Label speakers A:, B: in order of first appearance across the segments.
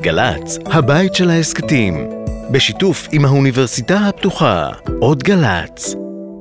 A: גל"צ, הבית של העסקתים, בשיתוף עם האוניברסיטה הפתוחה, עוד גל"צ.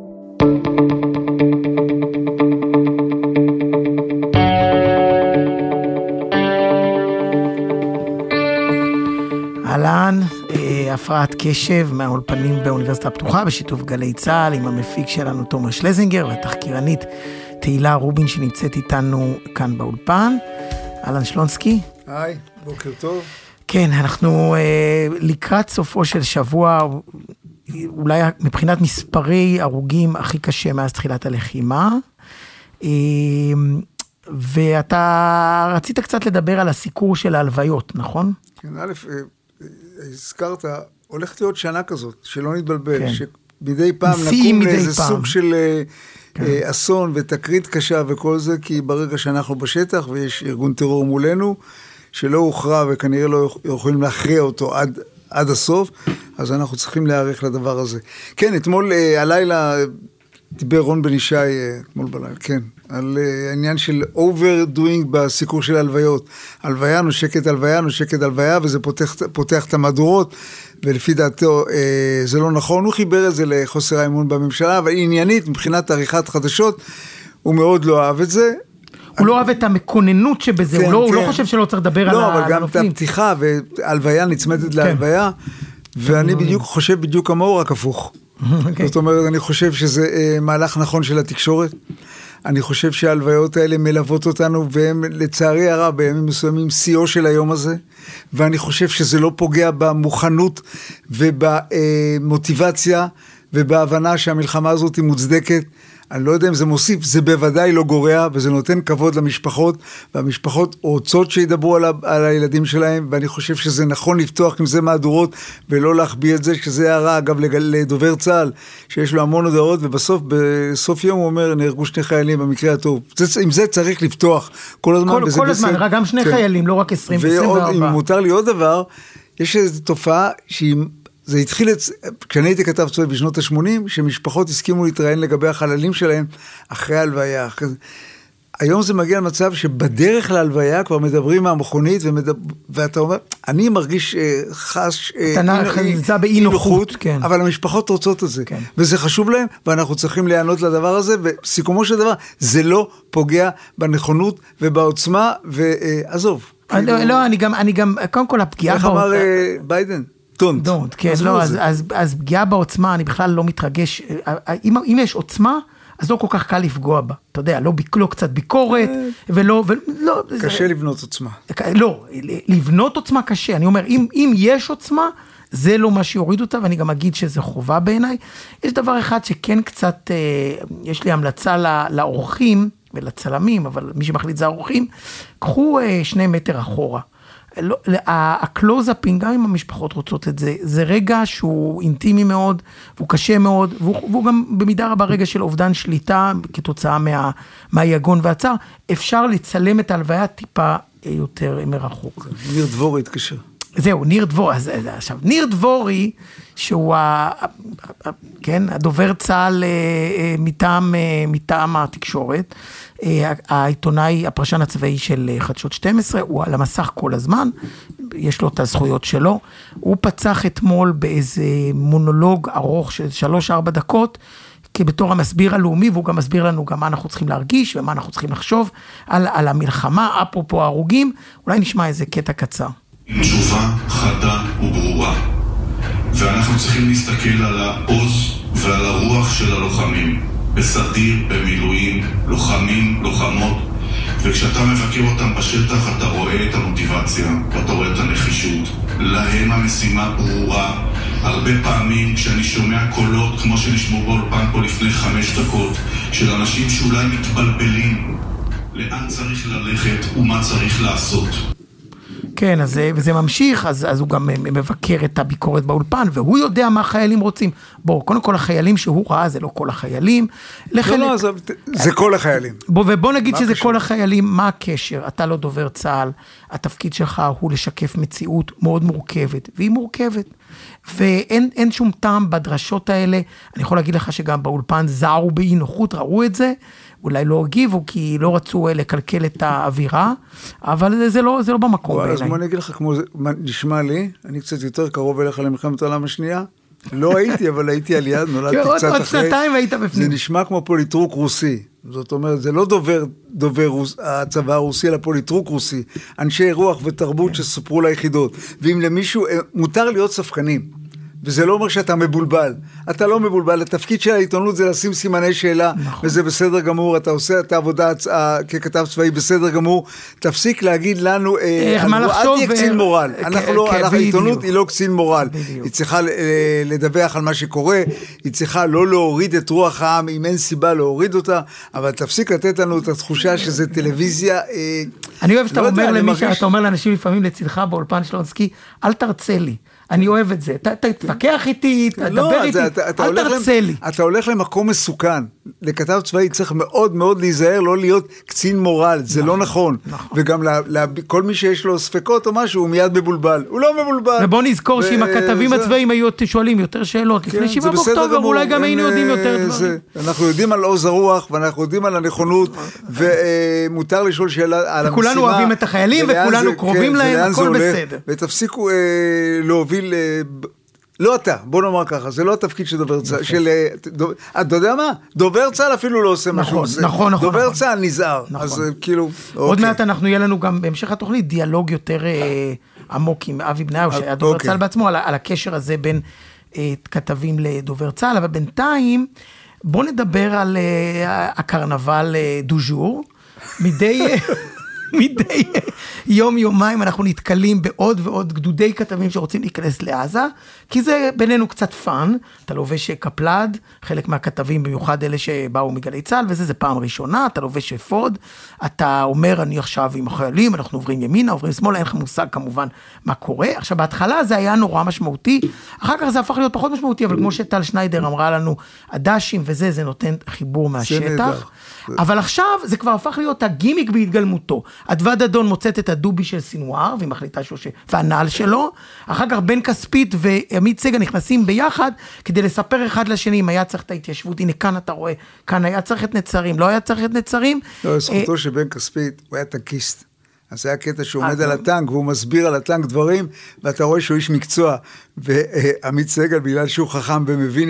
B: אהלן, הפרעת קשב מהאולפנים באוניברסיטה הפתוחה, בשיתוף גלי צה"ל, עם המפיק שלנו תומר שלזינגר, והתחקירנית תהילה רובין שנמצאת איתנו כאן באולפן. אהלן שלונסקי.
C: היי, בוקר טוב.
B: כן, אנחנו לקראת סופו של שבוע, אולי מבחינת מספרי הרוגים הכי קשה מאז תחילת הלחימה, ואתה רצית קצת לדבר על הסיקור של ההלוויות, נכון?
C: כן, א', הזכרת, הולכת להיות שנה כזאת, שלא נתבלבל, כן. שמדי פעם נקום לאיזה סוג של כן. אסון ותקרית קשה וכל זה, כי ברגע שאנחנו בשטח ויש ארגון טרור מולנו, שלא הוכרע וכנראה לא יכולים להכריע אותו עד הסוף, אז אנחנו צריכים להיערך לדבר הזה. כן, אתמול הלילה דיבר רון בן ישי, אתמול בלילה, כן, על העניין של overdoing בסיקור של הלוויות. הלוויה נושקת הלוויה, נושקת הלוויה, וזה פותח את המהדורות, ולפי דעתו זה לא נכון. הוא חיבר את זה לחוסר האמון בממשלה, אבל עניינית, מבחינת עריכת חדשות, הוא מאוד לא אהב את זה.
B: הוא לא אוהב את המקוננות שבזה,
C: כן,
B: הוא לא חושב שלא צריך לדבר על
C: הנופלים.
B: הנופלים.
C: לא, אבל גם את הפתיחה, והלוויה נצמדת להלוויה, ואני בדיוק חושב בדיוק כמוהו, רק הפוך. זאת אומרת, אני חושב שזה מהלך נכון של התקשורת. אני חושב שההלוויות האלה מלוות אותנו, והם לצערי הרב, בימים מסוימים שיאו של היום הזה, ואני חושב שזה לא פוגע במוכנות ובמוטיבציה, ובהבנה שהמלחמה הזאת היא מוצדקת. אני לא יודע אם זה מוסיף, זה בוודאי לא גורע, וזה נותן כבוד למשפחות, והמשפחות רוצות שידברו על הילדים שלהם, ואני חושב שזה נכון לפתוח עם זה מהדורות, ולא להחביא את זה, שזה הרע, אגב, לדובר צה"ל, שיש לו המון הודעות, ובסוף, בסוף יום הוא אומר, נהרגו 2 חיילים במקרה הטוב. עם זה צריך לפתוח כל הזמן.
B: כל הזמן, רק גם 2 חיילים, לא רק 20 ו-24.
C: אם מותר לי עוד דבר, יש איזו תופעה שהיא, זה התחיל, כשאני הייתי כתב צועד בשנות ה-80, שמשפחות הסכימו להתראיין לגבי החללים שלהם אחרי ההלוויה. היום זה מגיע למצב שבדרך להלוויה כבר מדברים מהמכונית, ואתה אומר, אני מרגיש חש
B: באי נוחות, כן.
C: אבל המשפחות רוצות את זה, כן. וזה חשוב להם, ואנחנו צריכים להיענות לדבר הזה, וסיכומו של דבר, זה לא פוגע בנכונות ובעוצמה, ועזוב.
B: לא, אני גם, קודם כל הפגיעה
C: איך אמר ביידן?
B: don't, כן, לא, אז פגיעה בעוצמה, אני בכלל לא מתרגש, אם יש עוצמה, אז לא כל כך קל לפגוע בה, אתה יודע, לא קצת ביקורת, ולא,
C: קשה לבנות עוצמה.
B: לא, לבנות עוצמה קשה, אני אומר, אם יש עוצמה, זה לא מה שיוריד אותה, ואני גם אגיד שזה חובה בעיניי. יש דבר אחד שכן קצת, יש לי המלצה לאורחים, ולצלמים, אבל מי שמחליט זה האורחים, קחו 2 מטר אחורה. הקלוזאפינג, גם אם המשפחות רוצות את זה, זה רגע שהוא אינטימי מאוד, והוא קשה מאוד, והוא גם במידה רבה רגע של אובדן שליטה, כתוצאה מהיגון והצער, אפשר לצלם את ההלוויה טיפה יותר מרחוק.
C: ניר דבורי התקשר.
B: זהו, ניר דבורי, עכשיו, ניר דבורי, שהוא כן, הדובר צה"ל מטעם התקשורת, העיתונאי, הפרשן הצבאי של חדשות 12, הוא על המסך כל הזמן, יש לו את הזכויות שלו, הוא פצח אתמול באיזה מונולוג ארוך של 3-4 דקות, כבתור המסביר הלאומי, והוא גם מסביר לנו גם מה אנחנו צריכים להרגיש, ומה אנחנו צריכים לחשוב על המלחמה, אפרופו הרוגים, אולי נשמע איזה קטע קצר.
D: עם תשובה חדה וברורה, ואנחנו צריכים להסתכל על העוז ועל הרוח של הלוחמים, בסדיר, במילואים, לוחמים, לוחמות, וכשאתה מבקר אותם בשטח אתה רואה את המוטיבציה, ואתה רואה את הנחישות. להם המשימה ברורה. הרבה פעמים כשאני שומע קולות, כמו שנשמעו באולפן פה לפני 5 דקות, של אנשים שאולי מתבלבלים, לאן צריך ללכת ומה צריך לעשות.
B: כן, אז זה ממשיך, אז הוא גם מבקר את הביקורת באולפן, והוא יודע מה החיילים רוצים. בוא, קודם כל החיילים שהוא ראה, זה לא כל החיילים.
C: לא, זה כל החיילים.
B: ובוא נגיד שזה כל החיילים, מה הקשר? אתה לא דובר צה"ל, התפקיד שלך הוא לשקף מציאות מאוד מורכבת, והיא מורכבת. ואין שום טעם בדרשות האלה, אני יכול להגיד לך שגם באולפן זערו באי נוחות, ראו את זה, אולי לא הגיבו, כי לא רצו לקלקל את האווירה, אבל זה לא במקום בעיניי.
C: אז בוא נגיד לך, כמו נשמע לי, אני קצת יותר קרוב אליך למלחמת העולם השנייה, לא הייתי, אבל הייתי על יד, נולדתי קצת אחרי. עוד
B: שנתיים היית בפנים.
C: זה נשמע כמו פוליטרוק רוסי. זאת אומרת, זה לא דובר הצבא הרוסי, אלא פוליטרוק רוסי. אנשי רוח ותרבות שסופרו ליחידות. ואם למישהו, מותר להיות ספקנים. וזה לא אומר שאתה מבולבל. אתה לא מבולבל. התפקיד של העיתונות זה לשים סימני שאלה, וזה בסדר גמור. אתה עושה את העבודה ככתב צבאי בסדר גמור. תפסיק להגיד לנו, אל תהיה קצין מורל. העיתונות היא לא קצין מורל. היא צריכה לדווח על מה שקורה, היא צריכה לא להוריד את רוח העם, אם אין סיבה להוריד אותה, אבל תפסיק לתת לנו את התחושה שזה טלוויזיה.
B: אני אוהב שאתה אומר לאנשים לפעמים לצדך באולפן שלונסקי, אל תרצה לי. אני אוהב את זה. תתווכח איתי, תדבר איתי, אל תרצה לי.
C: אתה הולך למקום מסוכן. לכתב צבאי צריך מאוד מאוד להיזהר, לא להיות קצין מורל. זה לא נכון. וגם כל מי שיש לו ספקות או משהו, הוא מיד מבולבל. הוא לא מבולבל.
B: ובוא נזכור שאם הכתבים הצבאיים היו שואלים יותר שאלות, לפני 7 באוקטובר, אולי גם היינו יודעים יותר דברים.
C: אנחנו יודעים על עוז הרוח, ואנחנו יודעים על הנכונות, ומותר לשאול שאלה על המשימה.
B: וכולנו אוהבים את החיילים, וכולנו קרובים להם, הכל בסדר.
C: ותפסיקו להוביל, לא אתה, בוא נאמר ככה, זה לא התפקיד של דובר צה"ל, אתה יודע מה? דובר צה"ל אפילו לא עושה משהו.
B: נכון.
C: דובר צה"ל נזהר, אז כאילו,
B: עוד מעט אנחנו יהיה לנו גם בהמשך התוכנית דיאלוג יותר עמוק עם אבי בניהו, שהיה דובר צה"ל בעצמו, על הקשר הזה בין כתבים לדובר צה"ל, אבל בינתיים בוא נדבר על הקרנבל דו ז'ור, מדי יום-יומיים אנחנו נתקלים בעוד ועוד גדודי כתבים שרוצים להיכנס לעזה, כי זה בינינו קצת פאן, אתה לובש קפלד, חלק מהכתבים במיוחד אלה שבאו מגלי צה"ל, וזה פעם ראשונה, אתה לובש אפוד, אתה אומר אני עכשיו עם החיילים, אנחנו עוברים ימינה, עוברים שמאלה, אין לך מושג כמובן מה קורה, עכשיו בהתחלה זה היה נורא משמעותי, אחר כך זה הפך להיות פחות משמעותי, אבל כמו שטל שניידר אמרה לנו, הדשים וזה, זה נותן חיבור מהשטח, אבל עכשיו זה כבר הפך להיות הגימיק בהתגלמותו, אדוה דדון מוצאת את הדובי של סינואר, והיא מחליטה והנעל שלו, אחר כך בן כספית ועמית סגל נכנסים ביחד, כדי לספר אחד לשני, אם היה צריך את ההתיישבות, הנה כאן אתה רואה, כאן היה צריך את נצרים, לא היה צריך את נצרים.
C: לא, זכותו שבן כספית, הוא היה טנקיסט, אז היה קטע שהוא עומד על הטנק, והוא מסביר על הטנק דברים, ואתה רואה שהוא איש מקצוע, ועמית סגל, בגלל שהוא חכם ומבין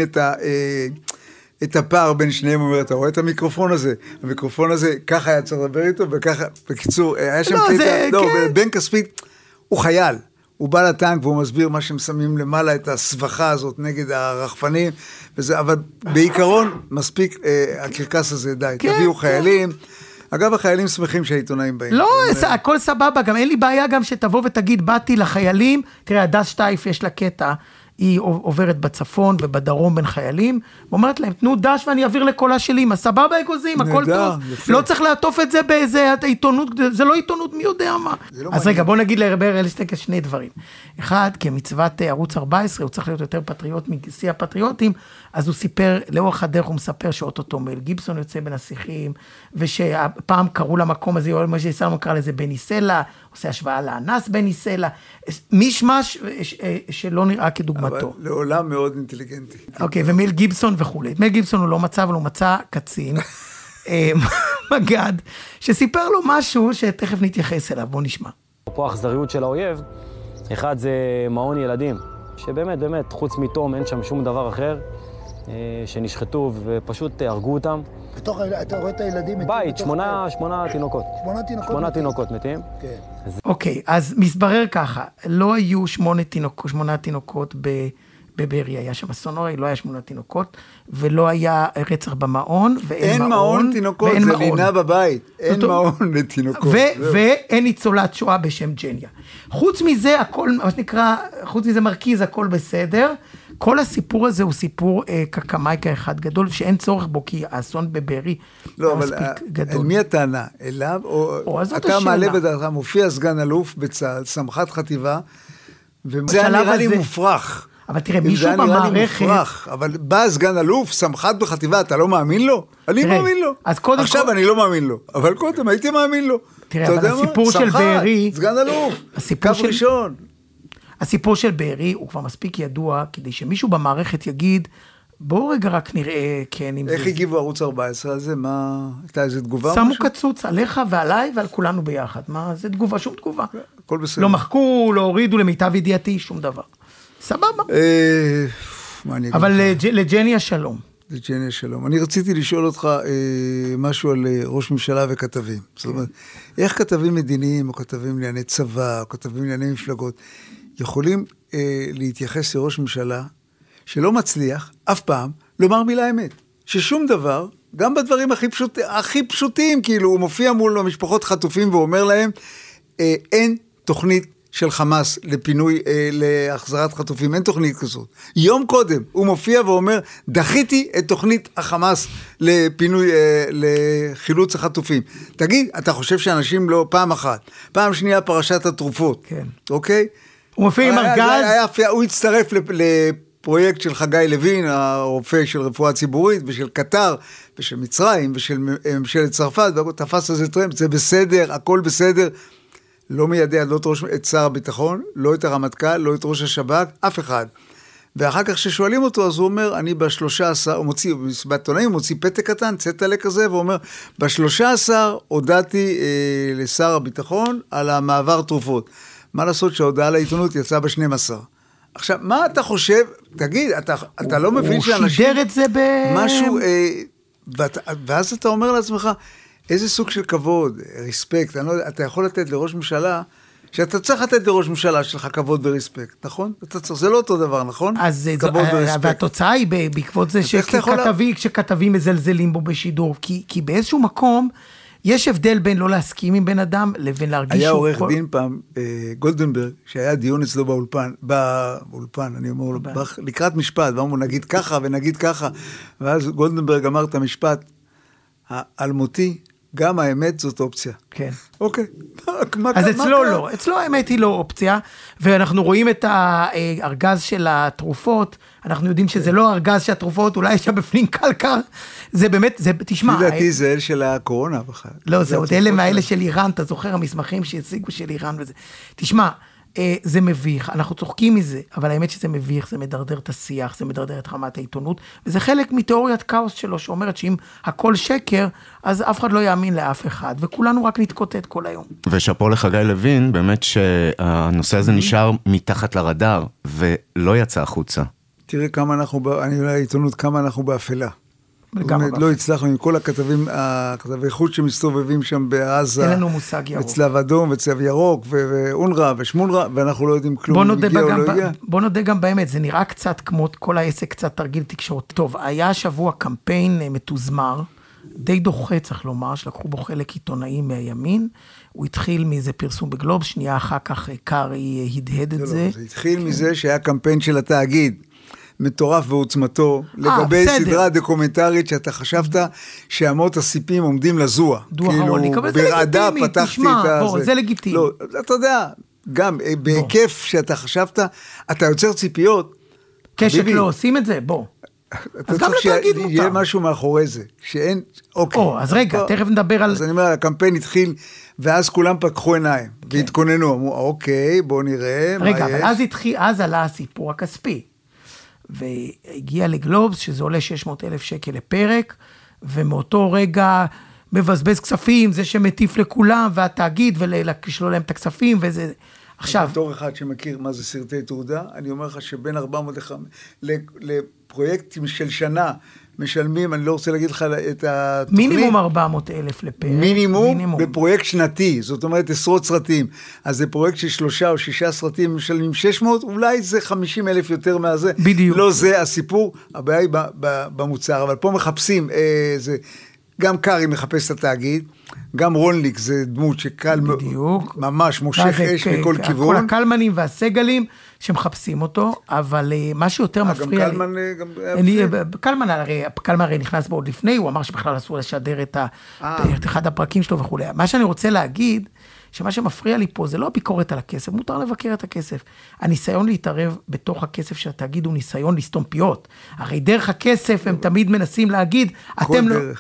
C: את הפער בין שניהם, אומר, אתה רואה את המיקרופון הזה, ככה היה צריך לדבר איתו, וככה, בקיצור, היה שם קטע, בן כספית, הוא חייל, הוא בא לטנק, והוא מסביר מה ששמים למעלה, את הסבכה הזאת נגד הרחפנים, אבל בעיקרון, מספיק הקרקס הזה, די, תביאו חיילים, אגב, החיילים שמחים שהעיתונאים באים.
B: לא, הכל סבבה, גם אין לי בעיה גם שתבוא ותגיד, באתי לחיילים, תראה, הדס שטייף יש לה קטע, היא עוברת בצפון ובדרום בין חיילים, ואומרת להם, תנו דש ואני אעביר לקולה שלי, מה סבבה אגוזים, הכל טוב. לא צריך לעטוף את זה באיזה עיתונות, זה לא עיתונות מי יודע מה. אז רגע, בוא נגיד לרבר אלשטיין שני דברים. אחד, כמצוות ערוץ 14, הוא צריך להיות יותר פטריוט משיא הפטריוטים, אז הוא סיפר, לאורך הדרך הוא מספר שאוטוטו מל גיבסון יוצא בין השיחים, ושפעם קראו למקום הזה, מה שסלמון קרא לזה בני סלע, עושה השוואה לאנס בני סלע, מישמש שלא נראה כדוגמתו.
C: אבל לעולם מאוד אינטליגנטי.
B: אוקיי, ומל גיבסון וכו'. מל גיבסון הוא לא מצא, אבל הוא מצא קצין, מגד, שסיפר לו משהו שתכף נתייחס אליו, בוא נשמע.
E: פה האכזריות של האויב, אחד זה מעון ילדים, שבאמת, באמת, חוץ מתום אין שם שום דבר אחר, שנשחטו ופשוט הרגו אותם.
F: בתוך, אתה רואה את הילדים מתים?
E: בית, 8 תינוקות. 8 תינוקות מתים.
F: כן.
B: אוקיי, אז מסברר ככה, לא היו 8 תינוקות בבארי, היה שם אסון נוראי, לא היה 8 תינוקות, ולא היה רצח במעון, ואין מעון.
C: אין מעון תינוקות, זה לינה בבית. אין מעון לתינוקות.
B: ואין ניצולת שואה בשם ג'ניה. חוץ מזה, הכל, מה שנקרא, חוץ מזה מרכיז, הכל בסדר. כל הסיפור הזה הוא סיפור קקמייקה אחד גדול, שאין צורך בו, כי האסון בבארי
C: לא, אבל אל מי הטענה? אליו? או אתה מעלה בדעתך, מופיע סגן אלוף בצה"ל, סמח"ט חטיבה, וזה נראה לי מופרך.
B: אבל תראה, מישהו במערכת...
C: אבל בא סגן אלוף, סמח"ט בחטיבה, אתה לא מאמין לו? אני מאמין לו. עכשיו אני לא מאמין לו, אבל קודם הייתי מאמין לו.
B: תראה, אבל הסיפור של בארי...
C: סגן אלוף, קו ראשון.
B: הסיפור של בארי הוא כבר מספיק ידוע, כדי שמישהו במערכת יגיד, בואו רגע רק נראה, כן, אם זה...
C: איך הגיבו ערוץ 14 על זה? מה, הייתה איזו תגובה?
B: שמו קצוץ עליך ועליי ועל כולנו ביחד. מה, זה תגובה, שום תגובה.
C: הכל בסדר.
B: לא מחקו, לא הורידו למיטב ידיעתי, שום דבר. סבבה. אבל לג'ני השלום.
C: לג'ני השלום. אני רציתי לשאול אותך משהו על ראש ממשלה וכתבים. זאת אומרת, איך כתבים מדיניים, או כתבים לענייני צבא, או כתבים לענייני מפלגות, יכולים להתייחס לראש ממשלה, שלא מצליח, אף פעם, לומר מילה אמת. ששום דבר, גם בדברים הכי פשוטים, כאילו, הוא מופיע מול המשפחות חטופים ואומר להם, אין תוכנית של חמאס לפינוי, להחזרת חטופים, אין תוכנית כזאת. יום קודם הוא מופיע ואומר, דחיתי את תוכנית החמאס לפינוי, לחילוץ החטופים. תגיד, אתה חושב שאנשים לא, פעם אחת, פעם שנייה פרשת התרופות,
B: כן.
C: אוקיי? הוא
B: מופיע עם ארגז.
C: הוא הצטרף לפרויקט של חגי לוין, הרופא של רפואה ציבורית, ושל קטר, ושל מצרים, ושל ממשלת צרפת, והוא תפס על זה טרמפ, זה בסדר, הכל בסדר. לא מיידע, לא את שר הביטחון, לא את הרמטכ"ל, לא את ראש השב"כ, אף אחד. ואחר כך ששואלים אותו, אז הוא אומר, אני ב-13, הוא מוציא, בעיתונאים, הוא מוציא פתק קטן, צטלה כזה, והוא אומר, ב-13 הודעתי לשר הביטחון על המעבר תרופות. מה לעשות שההודעה לעיתונות יצאה ב-12? עכשיו, מה אתה חושב, תגיד, אתה לא מבין שאנשים...
B: הוא שידר את זה
C: משהו, ואז אתה אומר לעצמך, איזה סוג של כבוד, ריספקט, אתה יכול לתת לראש ממשלה, שאתה צריך לתת לראש ממשלה שלך כבוד וריספקט, נכון? זה לא אותו דבר, נכון?
B: אז והתוצאה היא בעקבות זה שכתבים מזלזלים בו בשידור, כי באיזשהו מקום, יש הבדל בין לא להסכים עם בן אדם, לבין להרגיש...
C: היה עורך דין פעם, גולדנברג, שהיה דיון אצלו באולפן, אני אומר לו, לקראת משפט, ואמרו, נגיד ככה ונגיד ככה, ואז גולדנברג אמר את המשפט, על מותי, גם האמת זאת אופציה.
B: כן.
C: אוקיי.
B: אז אצלו לא, אצלו האמת היא לא אופציה, ואנחנו רואים את הארגז של התרופות, אנחנו יודעים שזה לא ארגז של התרופות, אולי יש בפנים קלקר, זה באמת, זה, תשמע.
C: לדעתי זה אלה של הקורונה בכלל.
B: לא, זה עוד אלה מהאלה של איראן, אתה זוכר המסמכים שהציגו של איראן וזה. תשמע, זה מביך, אנחנו צוחקים מזה, אבל האמת שזה מביך, זה מדרדר את השיח, זה מדרדר את רמת העיתונות, וזה חלק מתיאוריית כאוס שלו, שאומרת שאם הכל שקר, אז אף אחד לא יאמין לאף אחד, וכולנו רק נתקוטט כל היום.
G: ושאפו לחגי לוין, באמת שהנושא הזה נשאר מתחת לרדאר, ולא יצא החוצה.
C: תראה כמה אנחנו, אני יודע, העיתונות, כמה אנחנו באפלה. לא הצלחנו עם כל הכתבי חוץ שמסתובבים שם בעזה.
B: אין לנו מושג ירוק.
C: וצלב אדום וצלב ירוק ואונר"א ושמונר"א, ואנחנו לא יודעים כלום.
B: בוא נודה גם באמת, זה נראה קצת כמו כל העסק, קצת תרגיל תקשורת. טוב, היה שבוע קמפיין מתוזמר, די דוחה צריך לומר, שלקחו בו חלק עיתונאים מהימין, הוא התחיל מזה פרסום בגלובס, שנייה אחר כך קארי הדהד את זה.
C: זה התחיל מזה שהיה קמפיין של התאגיד. מטורף ועוצמתו, לגבי סדרה דוקומנטרית שאתה חשבת שאמות הסיפים עומדים לזוע.
B: כאילו,
C: ברעדה פתחתי את זה.
B: זה לגיטימי.
C: לא, אתה יודע, גם בהיקף שאתה חשבת, אתה יוצר ציפיות.
B: קשת לא עושים את זה, בוא. אז גם לתאגיד מותר.
C: יהיה משהו מאחורי זה, שאין, אוקיי.
B: אז רגע, תכף נדבר על...
C: אז אני אומר, הקמפיין התחיל, ואז כולם פקחו עיניים, והתכוננו, אמרו, אוקיי, בוא נראה מה יש.
B: רגע, אבל אז עלה הסיפור הכספי. והגיע לגלובס, שזה עולה 600,000 שקל לפרק, ומאותו רגע מבזבז כספים, זה שמטיף לכולם, והתאגיד, ולשלול להם את הכספים, וזה... עכשיו...
C: בתור אחד שמכיר מה זה סרטי תעודה, אני אומר לך שבין 400 לפרויקטים של שנה, משלמים, אני לא רוצה להגיד לך את התוכנית.
B: מינימום 400,000 לפרק.
C: מינימום בפרויקט שנתי, זאת אומרת עשרות סרטים. אז זה פרויקט של 3 או 6 סרטים משלמים 600, אולי זה 50,000 יותר מהזה.
B: בדיוק.
C: לא זה הסיפור, הבעיה היא במוצר, אבל פה מחפשים, גם קארי מחפש את התאגיד, גם רונליק זה דמות שקל ממש מושך אש מכל כיוון.
B: כל הקלמנים והסגלים שמחפשים אותו, אבל מה שיותר מפריע... קלמן הרי נכנס בו עוד לפני, הוא אמר שבכלל אסור לשדר את אחד הפרקים שלו וכו'. מה שאני רוצה להגיד, שמה שמפריע לי פה זה לא הביקורת על הכסף, מותר לבקר את הכסף. הניסיון להתערב בתוך הכסף של התאגיד הוא ניסיון לסתום פיות. הרי דרך הכסף הם תמיד מנסים להגיד,
C: כל דרך.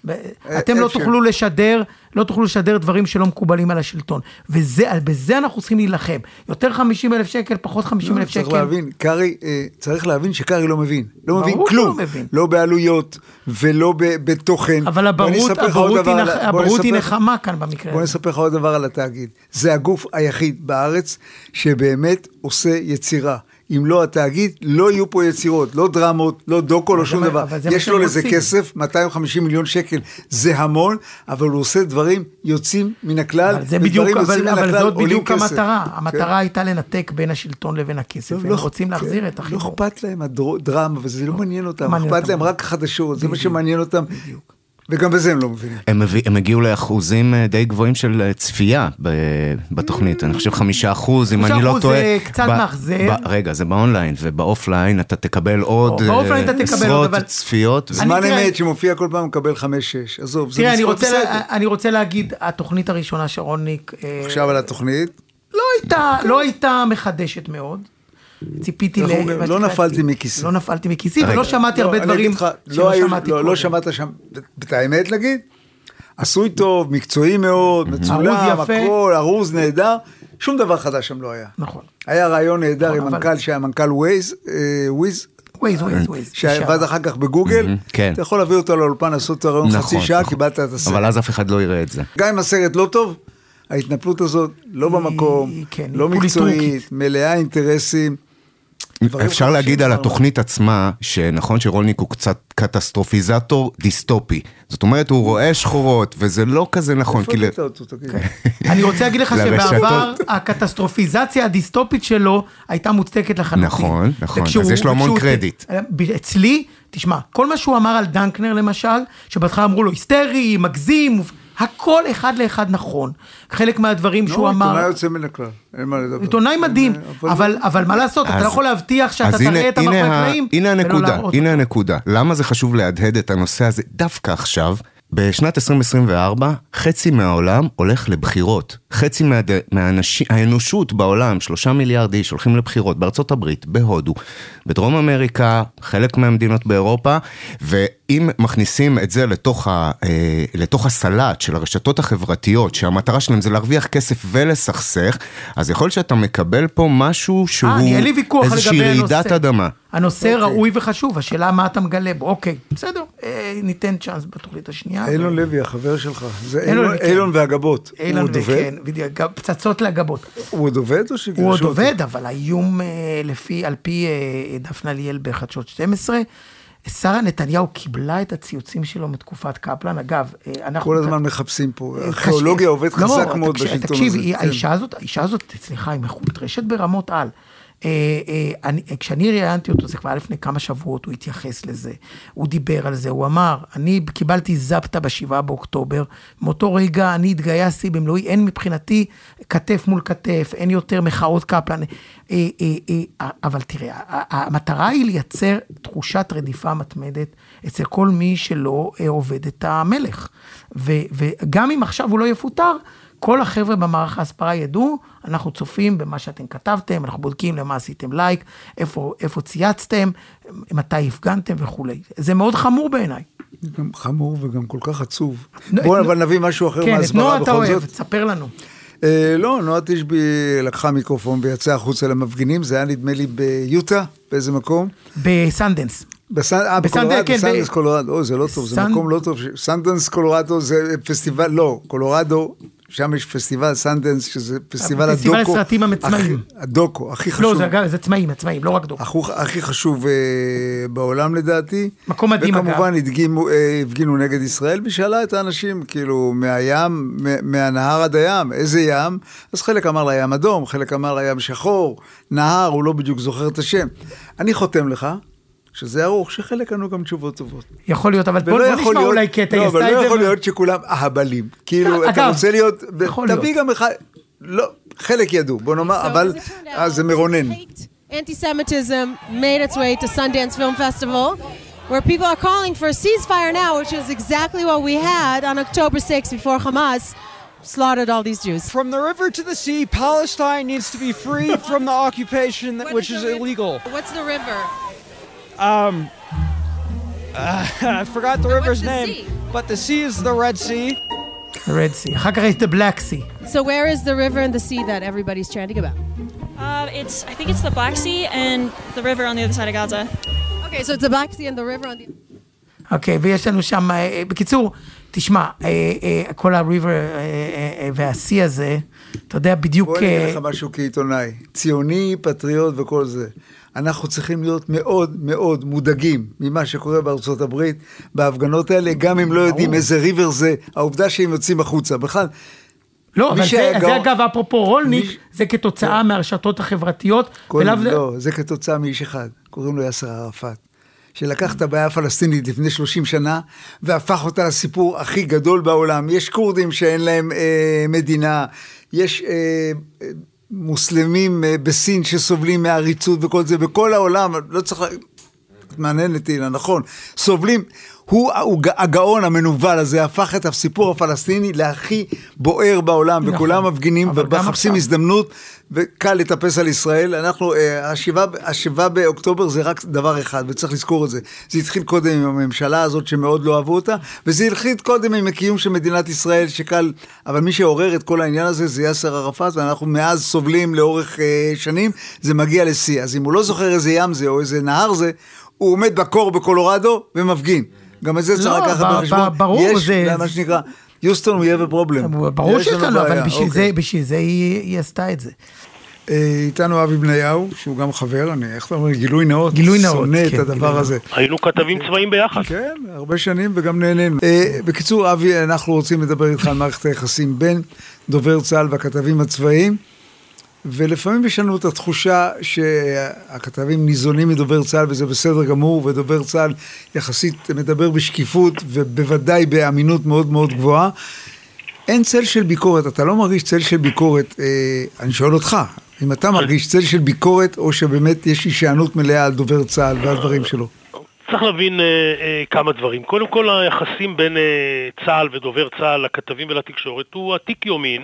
B: אתם לא תוכלו לשדר דברים שלא מקובלים על השלטון. ובזה אנחנו צריכים להילחם. יותר 50,000 שקל, פחות 50,000 שקל.
C: צריך להבין שקרי לא מבין. לא מבין כלום. לא בעלויות ולא בתוכן.
B: אבל הברות היא נחמה כאן במקרה.
C: בוא נספר לך עוד דבר על התאגיד. זה הגוף היחיד בארץ שבאמת עושה יצירה. אם לא התאגיד, לא יהיו פה יצירות, לא דרמות, לא דוקו, לא שום דבר. יש לו לזה כסף, 250 מיליון שקל, זה המון, אבל הוא עושה דברים יוצאים מן הכלל,
B: אבל זאת בדיוק המטרה. המטרה הייתה לנתק בין השלטון לבין הכסף, הם רוצים להחזיר את החיבור.
C: לא אכפת להם הדרמה, וזה לא מעניין אותם, אכפת להם רק חדשות, זה מה שמעניין אותם. וגם בזה הם לא מבינים.
G: הם הגיעו לאחוזים די גבוהים של צפייה בתוכנית. אני חושב 5%, אם אני לא טועה. 5% זה
B: קצת מאכזב.
G: רגע, זה באונליין, ובאופליין אתה תקבל עוד עשרות צפיות.
C: זמן אמת שמופיע כל פעם מקבל 5-6. עזוב, זה מספות בסדר.
B: אני רוצה להגיד, התוכנית הראשונה שרולניק...
C: עכשיו על התוכנית.
B: לא הייתה מחדשת מאוד. ציפיתי
C: לא נפלתי מכיסי.
B: לא נפלתי מכיסי, ולא שמעתי הרבה דברים שלא שמעתי קודם.
C: לא שמעת שם, את האמת להגיד, עשוי טוב, מקצועי מאוד, מצולם, הכל, ארוז נהדר, שום דבר חדש שם לא היה.
B: נכון.
C: היה רעיון נהדר עם מנכ"ל שהיה מנכ"ל וויז, שעבד אחר כך בגוגל, אתה יכול להביא אותו לאולפן, לעשות את הרעיון חצי שעה, קיבלת את הסרט.
G: אבל אז אף אחד לא יראה את זה.
C: גם אם הסרט לא טוב, ההתנפלות הזאת לא במקום, לא מקצועית, מלאה אינטרסים.
G: אפשר להגיד על התוכנית עצמה, שנכון שרולניק הוא קצת קטסטרופיזטור דיסטופי. זאת אומרת, הוא רואה שחורות, וזה לא כזה נכון.
B: אני רוצה להגיד לך שבעבר, הקטסטרופיזציה הדיסטופית שלו, הייתה מוצדקת לחלוטין.
G: נכון, אז יש לו המון קרדיט.
B: אצלי, תשמע, כל מה שהוא אמר על דנקנר למשל, שבהתחלה אמרו לו, היסטרי, מגזים, הכל אחד לאחד נכון. חלק מהדברים שהוא אמר...
C: עיתונאי יוצא מן הכלל, אין מה לדבר.
B: עיתונאי מדהים, אבל מה לעשות? אתה לא יכול להבטיח שאתה תראה את המאחורי הקלעים.
G: הנה הנקודה. למה זה חשוב להדהד את הנושא הזה דווקא עכשיו? בשנת 2024, חצי מהעולם הולך לבחירות. חצי האנושות בעולם, 3 מיליארד איש, הולכים לבחירות בארצות הברית, בהודו, בדרום אמריקה, חלק מהמדינות באירופה, ואם מכניסים את זה לתוך הסלט של הרשתות החברתיות, שהמטרה שלהם זה להרוויח כסף ולסכסך, אז יכול שאתה מקבל פה משהו שהוא איזושהי רעידת אדמה.
B: הנושא ראוי וחשוב, השאלה מה אתה מגלה בו. אוקיי, בסדר, ניתן צ'אנס בתוכנית השנייה.
C: אילון לוי, החבר שלך. זה אילון והגבות. הוא עוד עובד?
B: כן, פצצות להגבות.
C: הוא עוד עובד או שגרשו אותו?
B: הוא עוד עובד, אבל האיום על פי דפנה ליאל בחדשות 12, שרה נתניהו קיבלה את הציוצים שלו מתקופת קפלן. אגב,
C: כל הזמן מחפשים פה. הארכיאולוגיה עובד חזק מאוד בשלטון הזה.
B: תקשיב, האישה הזאת, סליחה, היא מחוטרשת ברמות על. כשאני ראיינתי אותו, זה כבר לפני כמה שבועות, הוא התייחס לזה, הוא דיבר על זה, הוא אמר, אני קיבלתי זפטה ב7 באוקטובר, מאותו רגע אני התגייסתי במלואי, אין מבחינתי כתף מול כתף, אין יותר מחאות קפלן, אבל תראה, המטרה היא לייצר תחושת רדיפה מתמדת אצל כל מי שלא עובד את המלך, וגם אם עכשיו הוא לא יפוטר, כל החבר'ה במערך ההסברה ידעו, אנחנו צופים במה שאתם כתבתם, אנחנו בודקים למה עשיתם לייק, איפה צייצתם, מתי הפגנתם וכו'. זה מאוד חמור בעיניי.
C: גם חמור וגם כל כך עצוב. בואו אבל נביא משהו אחר מההסברה בכל זאת.
B: כן, את נועה אתה אוהב, תספר לנו.
C: לא, נועה תשבי לקחה מיקרופון ויצאה החוצה למפגינים, זה היה נדמה לי ביוטה, באיזה מקום.
B: בסנדנס.
C: בסנדנס קולורדו, זה לא טוב, זה מקום לא טוב. סנדנס קולורדו זה פסטיבל, לא, קולורדו, שם יש פסטיבל סנדנס, שזה פסטיבל הדוקו.
B: פסטיבל הסרטים המצמאים.
C: הדוקו, הכי חשוב.
B: לא, זה צמאים, לא רק דוקו.
C: הכי חשוב בעולם לדעתי.
B: מקום מדהים אגב.
C: וכמובן הפגינו נגד ישראל, ושאלה את האנשים, כאילו, מהים, מהנהר עד הים, איזה ים? אז חלק אמר לים אדום, חלק אמר לים שחור, נהר, הוא לא בדיוק זוכר את השם. אני חותם לך, שזה ארוך, שחלק ענו גם תשובות טובות.
B: יכול להיות, אבל בוא נשמע אולי קטע.
C: לא, אבל לא יכול להיות שכולם אהבלים. כאילו, אתה רוצה להיות, תביא גם אחד, לא, חלק ידעו, בוא נאמר, אבל זה מרונן.
H: Anti-Semitism made its way to Sundance Film Festival, where people are calling for a ceasefire now, which is exactly what we had on October 6th before Hamas slaughtered all these Jews.
I: From the river to the sea, Palestine needs to be free from the occupation, which is illegal.
H: What's the river?
I: I forgot the river's name, but the sea is the Red Sea.
B: The Red Sea. אחר כך יש the Black Sea.
H: So where is the river and the sea that everybody's chanting about?
J: I think it's the Black Sea and the river on the other side of Gaza.
H: Okay, so it's the Black Sea and the river on the...
B: אוקיי, ויש לנו שם, בקיצור, תשמע, כל הריבר והסי הזה, אתה יודע בדיוק...
C: בוא נגיד לך משהו כעיתונאי, ציוני, פטריוט וכל זה. אנחנו צריכים להיות מאוד מאוד מודאגים ממה שקורה בארצות הברית, בהפגנות האלה, גם אם לא יודעים איזה ריבר זה, העובדה שהם יוצאים החוצה. בכלל,
B: לא, אבל זה אגב, אפרופו רולניק, זה כתוצאה מהרשתות החברתיות.
C: לא, זה כתוצאה מאיש אחד, קוראים לו יאסר ערפאת. שלקח את הבעיה הפלסטינית לפני 30 שנה, והפך אותה לסיפור הכי גדול בעולם. יש קורדים שאין להם מדינה, יש מוסלמים בסין שסובלים מהריצות וכל זה, בכל העולם, לא צריך, מעניין אותי, נכון, סובלים, הוא הגאון המנוול הזה, הפך את הסיפור הפלסטיני להכי בוער בעולם, וכולם מפגינים ומחפשים הזדמנות, וקל לטפס על ישראל. אנחנו, השבעה באוקטובר זה רק דבר אחד, וצריך לזכור את זה. זה התחיל קודם עם הממשלה הזאת שמאוד לא אהבו אותה, וזה התחיל קודם עם הקיום של מדינת ישראל שקל, אבל מי שעורר את כל העניין הזה זה יאסר ערפאת, ואנחנו מאז סובלים לאורך שנים, זה מגיע לשיא. אז אם הוא לא זוכר איזה ים זה או איזה נהר זה, הוא עומד בקור בקולורדו ומפגין. גם את זה צריך לקחת בחשבון.
B: ברור,
C: זה מה שנקרא, יוסטון, we have a problem.
B: ברור שיש לנו, אבל בשביל זה היא עשתה את זה.
C: איתנו אבי בניהו, שהוא גם חבר, איך אתה אומר, גילוי נאות, שונא את הדבר הזה.
K: היינו כתבים צבאיים ביחד.
C: כן, הרבה שנים וגם נהנינו. בקיצור, אבי, אנחנו רוצים לדבר איתך על מערכת היחסים בין דובר צה"ל והכתבים הצבאיים, ולפעמים יש לנו את התחושה שהכתבים ניזונים מדובר צה"ל, וזה בסדר גמור, ודובר צה"ל יחסית מדבר בשקיפות, ובוודאי באמינות מאוד מאוד גבוהה. אין צל של ביקורת, אתה לא מרגיש צל של ביקורת, אני שואל אותך, אם אתה מרגיש צל של ביקורת, או שבאמת יש הישענות מלאה על דובר צה"ל ועל דברים שלו?
K: צריך להבין כמה דברים. קודם כל, היחסים בין צה"ל ודובר צה"ל, לכתבים ולתקשורת, הוא עתיק יומין,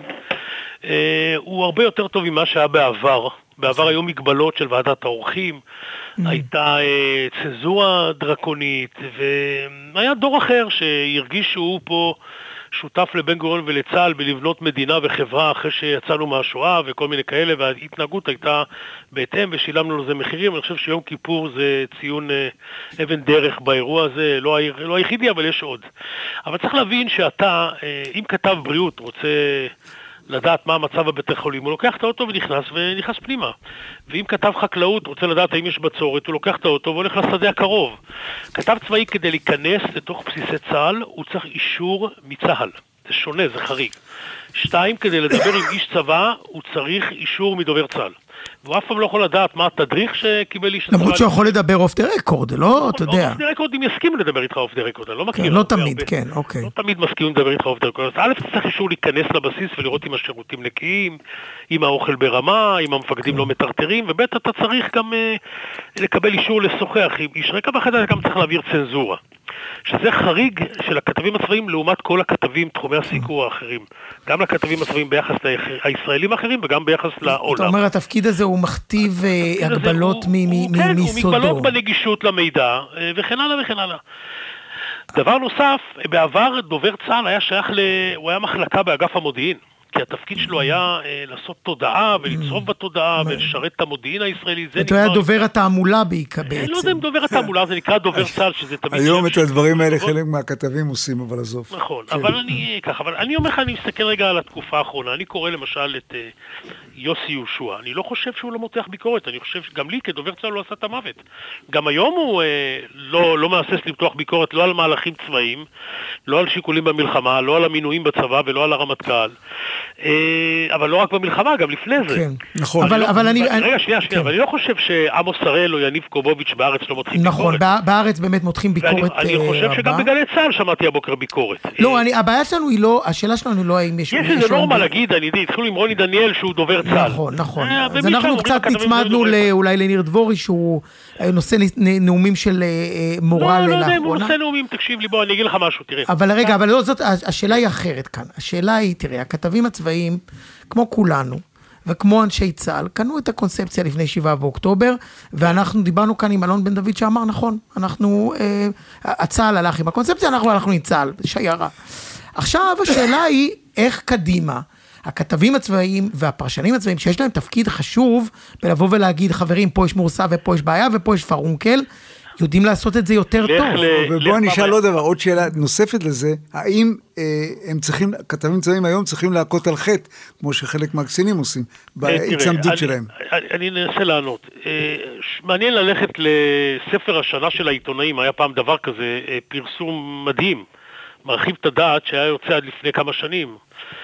K: הוא הרבה יותר טוב ממה שהיה בעבר. בעבר היו מגבלות של ועדת האורחים, הייתה צנזורה דרקונית, והיה דור אחר שהרגיש שהוא פה שותף לבן גוריון ולצה"ל בלבנות מדינה וחברה אחרי שיצאנו מהשואה וכל מיני כאלה, וההתנהגות הייתה בהתאם ושילמנו לזה מחירים. אני חושב שיום כיפור זה ציון אבן דרך באירוע הזה, לא היחידי, אבל יש עוד. אבל צריך להבין שאתה, אם כתב בריאות רוצה לדעת מה המצב בבתי חולים, הוא לוקח את האוטו ונכנס פנימה. ואם כתב חקלאות רוצה לדעת האם יש בצורת, הוא לוקח את האוטו והולך לשדה הקרוב. כתב צבאי כדי להיכנס לתוך בסיסי צה"ל, הוא צריך אישור מצה"ל. זה שונה, זה חריג. 2, כדי לדבר עם איש צבא, הוא צריך אישור מדובר צה"ל. והוא אף פעם לא יכול לדעת מה התדריך שקיבל איש הצבא.
B: למרות שהוא יכול לדבר אוף דה רקורד, לא? אתה יודע.
K: אוף דה רקורד, אם יסכים לדבר איתך אוף דה רקורד, אני לא מכיר.
B: לא תמיד, כן, אוקיי.
K: לא תמיד מסכימים לדבר איתך אוף דה רקורד. אז א', צריך אישור להיכנס לבסיס ולראות אם השירותים נקיים, אם האוכל ברמה, אם המפקדים לא מטרטרים, וב' אתה צריך גם לקבל אישור לשוחח עם איש רקע, ואחרי זה גם צריך להעביר צנזורה. שזה חריג של הכתבים הצבאיים לעומת כל הכתבים תחומי הסיקור האחרים. גם לכתבים הצבאיים ביחס לישראלים האחרים וגם ביחס לעולם.
B: אתה אומר, התפקיד הזה הוא מכתיב הגבלות מיסודו.
K: כן, הוא מגבלות בנגישות למידע וכן הלאה וכן הלאה. דבר נוסף, בעבר דובר צה"ל היה שייך הוא היה מחלקה באגף המודיעין. כי התפקיד שלו היה לעשות תודעה ולצרוף בתודעה ולשרת את המודיעין הישראלי.
B: אתה היה דובר התעמולה בעצם.
K: לא יודע אם דובר התעמולה, זה נקרא דובר צה"ל, שזה תמיד...
C: היום את הדברים האלה חלק מהכתבים עושים, אבל עזוב.
K: נכון, אבל אני אומר לך, אני מסתכל רגע על התקופה האחרונה, אני קורא למשל את יוסי יהושע, אני לא חושב שהוא לא מותח ביקורת, אני חושב שגם לי כדובר צה"ל לא עשה את המוות. גם היום הוא לא מהסס למתוח ביקורת, לא על מהלכים צבאיים, לא על שיקולים במלחמה, לא על המינויים בצבא ולא על הרמטכ"ל. אבל לא רק במלחמה, גם לפני זה.
B: כן, נכון. אבל אני...
K: רגע, שנייה, אבל אני לא חושב שעמוס הראל או יניב קובוביץ' בארץ לא מותחים ביקורת.
B: נכון, בארץ באמת מותחים ביקורת.
K: אני חושב שגם בגלי צה"ל שמעתי הבוקר ביקורת.
B: לא, הבעיה שלנו היא לא, השאלה שלנו היא לא האם יש...
K: יש איזה נורמה להגיד, התחילו עם רוני דניאל שהוא דובר צה"ל.
B: נכון. אז אנחנו קצת נצמדנו אולי לניר דבורי, שהוא נושא נאומים של מורל לאחרונה.
K: לא, הוא נושא נאומים, תקשיב לי, בוא, אני אגיד לך משהו, תראה.
B: אבל רגע, אבל לא, זאת, השאלה היא אחרת כאן. השאלה היא, תראה, הכתבים הצבאיים, כמו כולנו, וכמו אנשי צה"ל, קנו את הקונספציה לפני 7 באוקטובר, ואנחנו דיברנו כאן עם אלון בן דוד שאמר, נכון, הצה"ל הלך עם הקונספציה, אנחנו הלכנו עם צה"ל, שיירה. עכשיו השאלה היא, איך קדימה? הכתבים הצבאיים והפרשנים הצבאיים, שיש להם תפקיד חשוב, בלבוא ולהגיד, חברים, פה יש מורסה ופה יש בעיה ופה יש פרונקל, יודעים לעשות את זה יותר טוב.
C: ובואו נשאל עוד דבר, עוד שאלה נוספת לזה, האם הם צריכים, כתבים צבאיים היום צריכים להכות על חטא, כמו שחלק מהקצינים עושים, בהצמדות שלהם?
K: אני אנסה לענות. מעניין ללכת לספר השנה של העיתונאים, היה פעם דבר כזה, פרסום מדהים, מרחיב את הדעת שהיה יוצא עד לפני כמה שנים,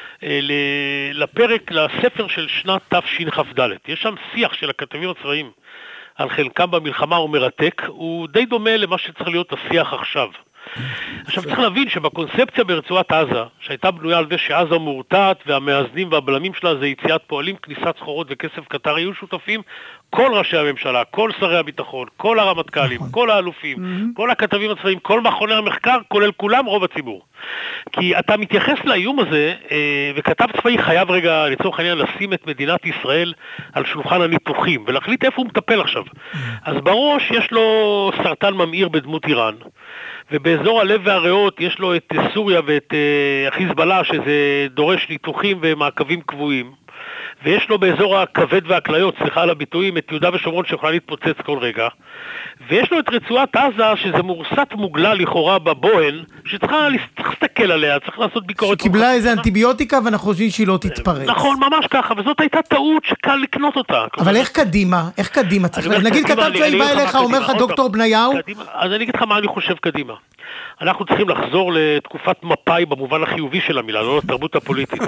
K: לספר של שנת תשכ"ד. יש שם שיח של הכתבים הצבאיים על חלקם במלחמה הוא מרתק, הוא די דומה למה שצריך להיות השיח עכשיו. עכשיו צריך להבין שבקונספציה ברצועת עזה, שהייתה בנויה על זה שעזה מורתעת והמאזנים והבלמים שלה זה יציאת פועלים, כניסת סחורות וכסף קטר, היו שותפים כל ראשי הממשלה, כל שרי הביטחון, כל הרמטכ"לים, כל האלופים, כל הכתבים הצבאיים, כל מכוני המחקר, כולל כולם, רוב הציבור. כי אתה מתייחס לאיום הזה, וכתב צבאי חייב רגע, לצורך העניין, לשים את מדינת ישראל על שולחן הניתוחים, ולהחליט איפה הוא מטפל עכשיו. אז בראש יש לו סרטן ממאיר בדמות איראן, ובאזור הלב והריאות יש לו את סוריה ואת החיזבאללה, שזה דורש ניתוחים ומעקבים קבועים. ויש לו באזור הכבד והכליות, סליחה על הביטויים, את יהודה ושומרון שיכולה להתפוצץ כל רגע. ויש לו את רצועת עזה, שזה מורסת מוגלה לכאורה בבוהן, שצריך להסתכל עליה, צריך לעשות ביקורת.
B: שקיבלה איזה אנטיביוטיקה ואנחנו חושבים שהיא לא תתפרץ.
K: נכון, ממש ככה, וזאת הייתה טעות שקל לקנות אותה.
B: אבל איך קדימה? איך קדימה? נגיד כתב צבאי בא אליך, אומר לך דוקטור בניהו?
K: אז אני אגיד לך מה אני חושב קדימה. אנחנו צריכים לחזור לתקופת מפאי במובן החיובי של המילה, לא לתרבות הפוליטית.